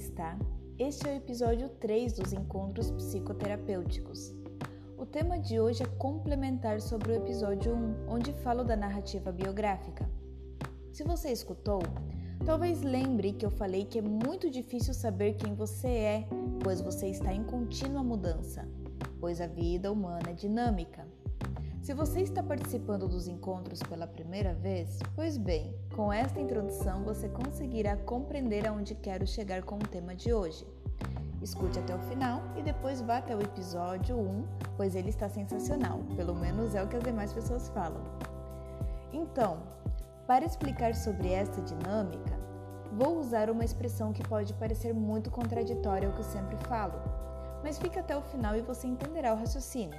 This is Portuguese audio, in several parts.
está? Este é o episódio 3 dos Encontros Psicoterapêuticos. O tema de hoje é complementar sobre o episódio 1, onde falo da narrativa biográfica. Se você escutou, talvez lembre que eu falei que é muito difícil saber quem você é, pois você está em contínua mudança, pois a vida humana é dinâmica. Se você está participando dos encontros pela primeira vez, pois bem, com esta introdução você conseguirá compreender aonde quero chegar com o tema de hoje. Escute até o final e depois vá até o episódio 1, pois ele está sensacional, pelo menos é o que as demais pessoas falam. Então, para explicar sobre esta dinâmica, vou usar uma expressão que pode parecer muito contraditória ao que eu sempre falo, mas fique até o final e você entenderá o raciocínio.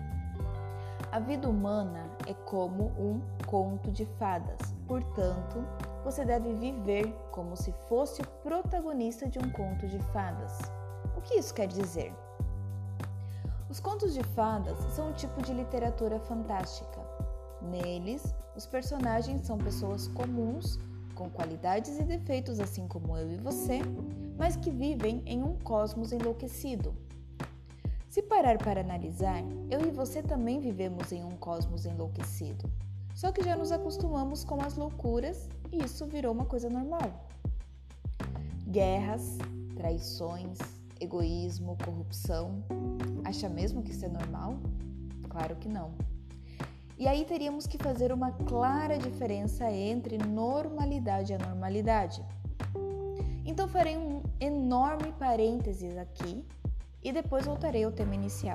A vida humana é como um conto de fadas, portanto, você deve viver como se fosse o protagonista de um conto de fadas. O que isso quer dizer? Os contos de fadas são um tipo de literatura fantástica. Neles, os personagens são pessoas comuns, com qualidades e defeitos assim como eu e você, mas que vivem em um cosmos enlouquecido. Se parar para analisar, eu e você também vivemos em um cosmos enlouquecido. Só que já nos acostumamos com as loucuras e isso virou uma coisa normal. Guerras, traições, egoísmo, corrupção. Acha mesmo que isso é normal? Claro que não. E aí teríamos que fazer uma clara diferença entre normalidade e anormalidade. Então farei um enorme parênteses aqui e depois voltarei ao tema inicial.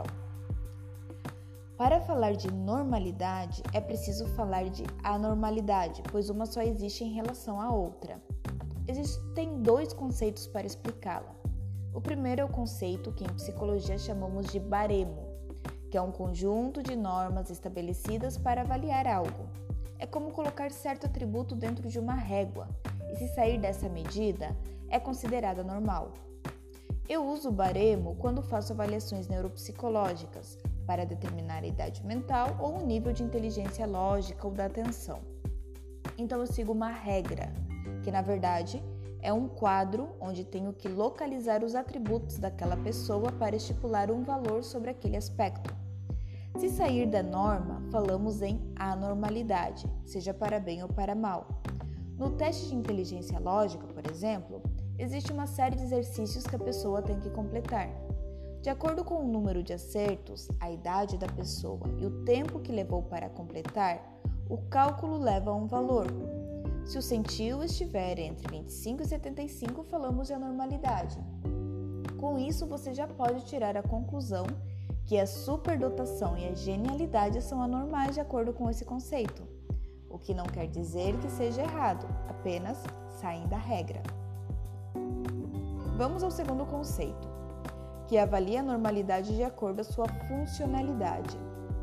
Para falar de normalidade, é preciso falar de anormalidade, pois uma só existe em relação à outra. Existem dois conceitos para explicá-la. O primeiro é o conceito que em psicologia chamamos de baremo, que é um conjunto de normas estabelecidas para avaliar algo. É como colocar certo atributo dentro de uma régua, e se sair dessa medida, é considerada normal. Eu uso o baremo quando faço avaliações neuropsicológicas para determinar a idade mental ou o nível de inteligência lógica ou da atenção. Então eu sigo uma regra, que na verdade é um quadro onde tenho que localizar os atributos daquela pessoa para estipular um valor sobre aquele aspecto. Se sair da norma, falamos em anormalidade, seja para bem ou para mal. No teste de inteligência lógica, por exemplo, existe uma série de exercícios que a pessoa tem que completar. De acordo com o número de acertos, a idade da pessoa e o tempo que levou para completar, o cálculo leva a um valor. Se o centil estiver entre 25 e 75, falamos de anormalidade. Com isso, você já pode tirar a conclusão que a superdotação e a genialidade são anormais de acordo com esse conceito, o que não quer dizer que seja errado, apenas saem da regra. Vamos ao segundo conceito, que avalia a normalidade de acordo com a sua funcionalidade.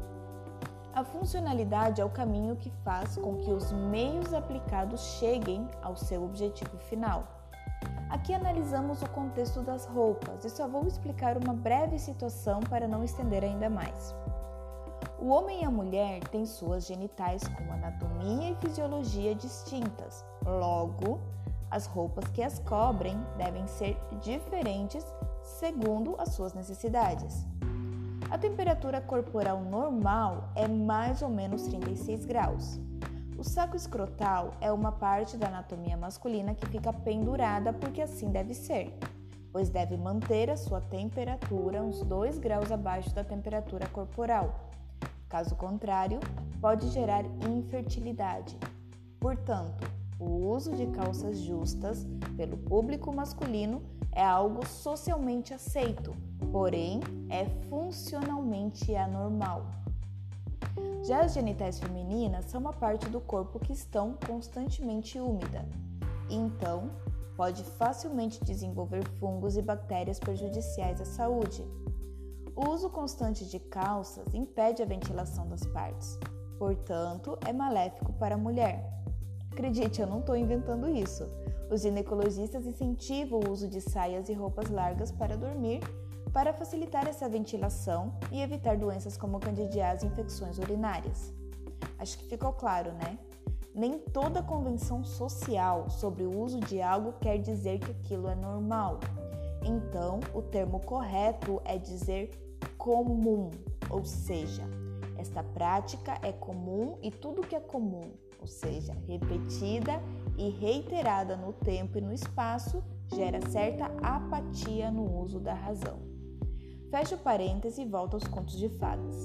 A funcionalidade é o caminho que faz com que os meios aplicados cheguem ao seu objetivo final. Aqui analisamos o contexto das roupas e só vou explicar uma breve situação para não estender ainda mais. O homem e a mulher têm suas genitais com anatomia e fisiologia distintas, logo, as roupas que as cobrem devem ser diferentes segundo as suas necessidades. A temperatura corporal normal é mais ou menos 36 graus. O saco escrotal é uma parte da anatomia masculina que fica pendurada porque assim deve ser, pois deve manter a sua temperatura uns 2 graus abaixo da temperatura corporal. Caso contrário, pode gerar infertilidade. Portanto, o uso de calças justas pelo público masculino é algo socialmente aceito, porém é funcionalmente anormal. Já as genitais femininas são uma parte do corpo que estão constantemente úmida, e então pode facilmente desenvolver fungos e bactérias prejudiciais à saúde. O uso constante de calças impede a ventilação das partes, portanto é maléfico para a mulher. Acredite, eu não estou inventando isso. Os ginecologistas incentivam o uso de saias e roupas largas para dormir, para facilitar essa ventilação e evitar doenças como candidíase e infecções urinárias. Acho que ficou claro, né? Nem toda convenção social sobre o uso de algo quer dizer que aquilo é normal. Então, o termo correto é dizer comum, ou seja, esta prática é comum e tudo que é comum, ou seja, repetida e reiterada no tempo e no espaço, gera certa apatia no uso da razão. Fecha o parêntese e volta aos contos de fadas.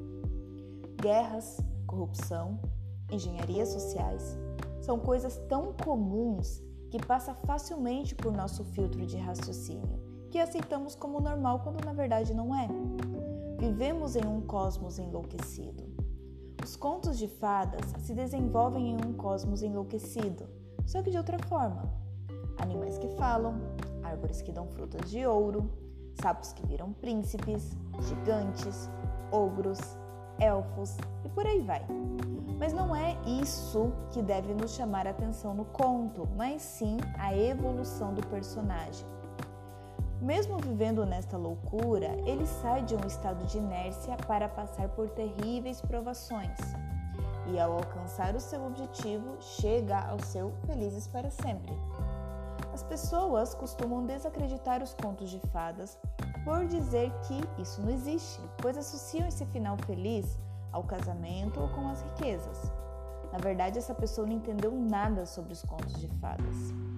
Guerras, corrupção, engenharias sociais são coisas tão comuns que passa facilmente por nosso filtro de raciocínio, que aceitamos como normal quando na verdade não é. Vivemos em um cosmos enlouquecido. Os contos de fadas se desenvolvem em um cosmos enlouquecido, só que de outra forma. Animais que falam, árvores que dão frutas de ouro, sapos que viram príncipes, gigantes, ogros, elfos e por aí vai. Mas não é isso que deve nos chamar a atenção no conto, mas sim a evolução do personagem. Mesmo vivendo nesta loucura, ele sai de um estado de inércia para passar por terríveis provações. E ao alcançar o seu objetivo, chega ao seu felizes para sempre. As pessoas costumam desacreditar os contos de fadas por dizer que isso não existe, pois associam esse final feliz ao casamento ou com as riquezas. Na verdade, essa pessoa não entendeu nada sobre os contos de fadas.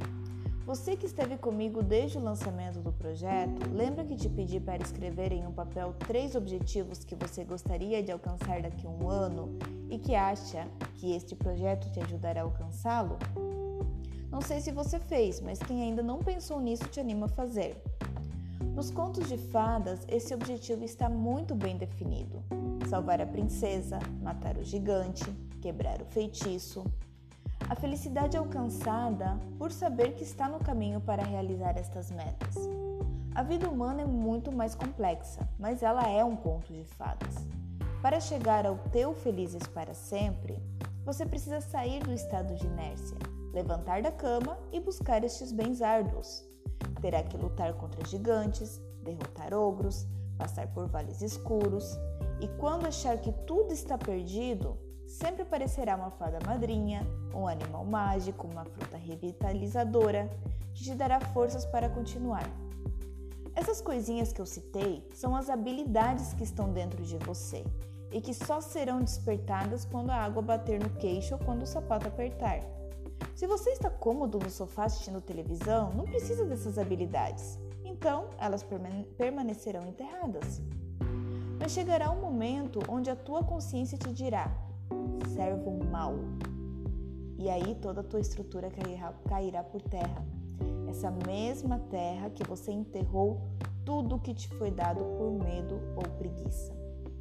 Você que esteve comigo desde o lançamento do projeto, lembra que te pedi para escrever em um papel 3 objetivos que você gostaria de alcançar daqui a um ano e que acha que este projeto te ajudará a alcançá-lo? Não sei se você fez, mas quem ainda não pensou nisso te anima a fazer. Nos contos de fadas, esse objetivo está muito bem definido. Salvar a princesa, matar o gigante, quebrar o feitiço. A felicidade é alcançada por saber que está no caminho para realizar estas metas. A vida humana é muito mais complexa, mas ela é um conto de fadas. Para chegar ao teu felizes para sempre, você precisa sair do estado de inércia, levantar da cama e buscar estes bens árduos. Terá que lutar contra gigantes, derrotar ogros, passar por vales escuros, e quando achar que tudo está perdido, sempre aparecerá uma fada madrinha, um animal mágico, uma fruta revitalizadora, que te dará forças para continuar. Essas coisinhas que eu citei são as habilidades que estão dentro de você e que só serão despertadas quando a água bater no queixo ou quando o sapato apertar. Se você está cômodo no sofá assistindo televisão, não precisa dessas habilidades, então elas permanecerão enterradas. Mas chegará um momento onde a tua consciência te dirá: servo mau. E aí toda a tua estrutura cairá por terra. Essa mesma terra que você enterrou tudo que te foi dado por medo ou preguiça.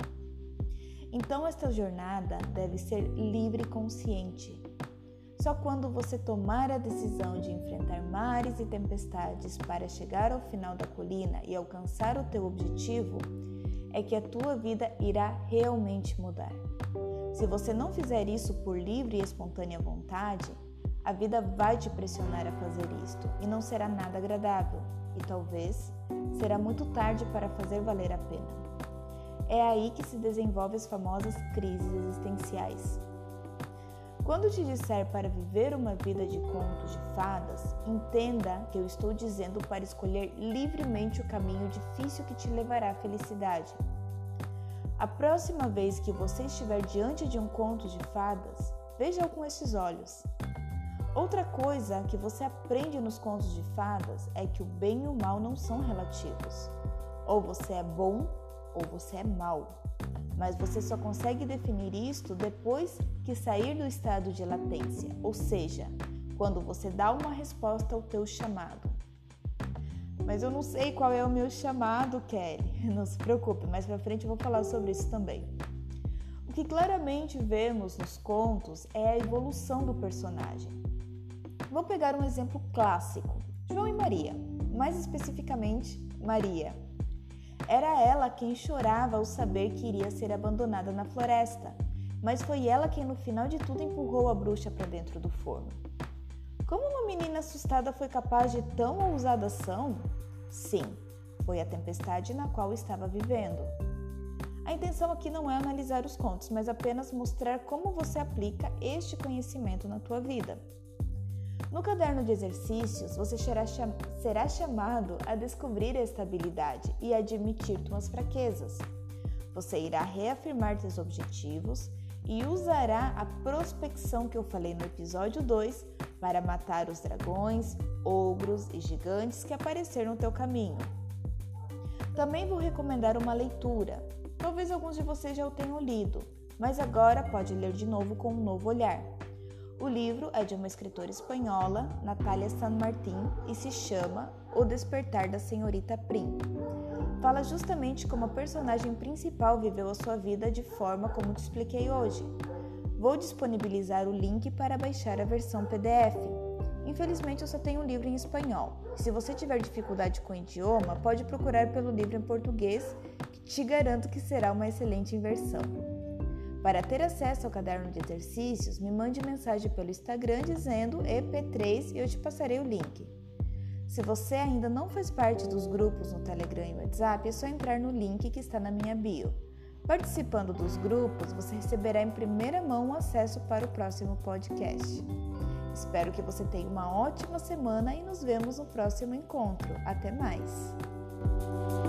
Então esta jornada deve ser livre e consciente. Só quando você tomar a decisão de enfrentar mares e tempestades para chegar ao final da colina e alcançar o teu objetivo, é que a tua vida irá realmente mudar. Se você não fizer isso por livre e espontânea vontade, a vida vai te pressionar a fazer isto e não será nada agradável e talvez será muito tarde para fazer valer a pena. É aí que se desenvolvem as famosas crises existenciais. Quando te disser para viver uma vida de contos de fadas, entenda que eu estou dizendo para escolher livremente o caminho difícil que te levará à felicidade. A próxima vez que você estiver diante de um conto de fadas, veja-o com estes olhos. Outra coisa que você aprende nos contos de fadas é que o bem e o mal não são relativos. Ou você é bom ou você é mau. Mas você só consegue definir isto depois que sair do estado de latência, ou seja, quando você dá uma resposta ao teu chamado. Mas eu não sei qual é o meu chamado, Kelly. Não se preocupe, mais pra frente eu vou falar sobre isso também. O que claramente vemos nos contos é a evolução do personagem. Vou pegar um exemplo clássico, João e Maria, mais especificamente Maria. Era ela quem chorava ao saber que iria ser abandonada na floresta, mas foi ela quem no final de tudo empurrou a bruxa para dentro do forno. Como uma menina assustada foi capaz de tão ousada ação? Sim, foi a tempestade na qual estava vivendo. A intenção aqui não é analisar os contos, mas apenas mostrar como você aplica este conhecimento na tua vida. No caderno de exercícios, você será chamado a descobrir esta habilidade e admitir tuas fraquezas. Você irá reafirmar teus objetivos e usará a prospecção que eu falei no episódio 2 para matar os dragões, ogros e gigantes que apareceram no teu caminho. Também vou recomendar uma leitura. Talvez alguns de vocês já o tenham lido, mas agora pode ler de novo com um novo olhar. O livro é de uma escritora espanhola, Natalia San Martín, e se chama O Despertar da Senhorita Prim. Fala justamente como a personagem principal viveu a sua vida de forma como te expliquei hoje. Vou disponibilizar o link para baixar a versão PDF. Infelizmente eu só tenho um livro em espanhol. Se você tiver dificuldade com o idioma, pode procurar pelo livro em português, que te garanto que será uma excelente inversão. Para ter acesso ao caderno de exercícios, me mande mensagem pelo Instagram dizendo EP3 e eu te passarei o link. Se você ainda não faz parte dos grupos no Telegram e WhatsApp, é só entrar no link que está na minha bio. Participando dos grupos, você receberá em primeira mão o acesso para o próximo podcast. Espero que você tenha uma ótima semana e nos vemos no próximo encontro. Até mais!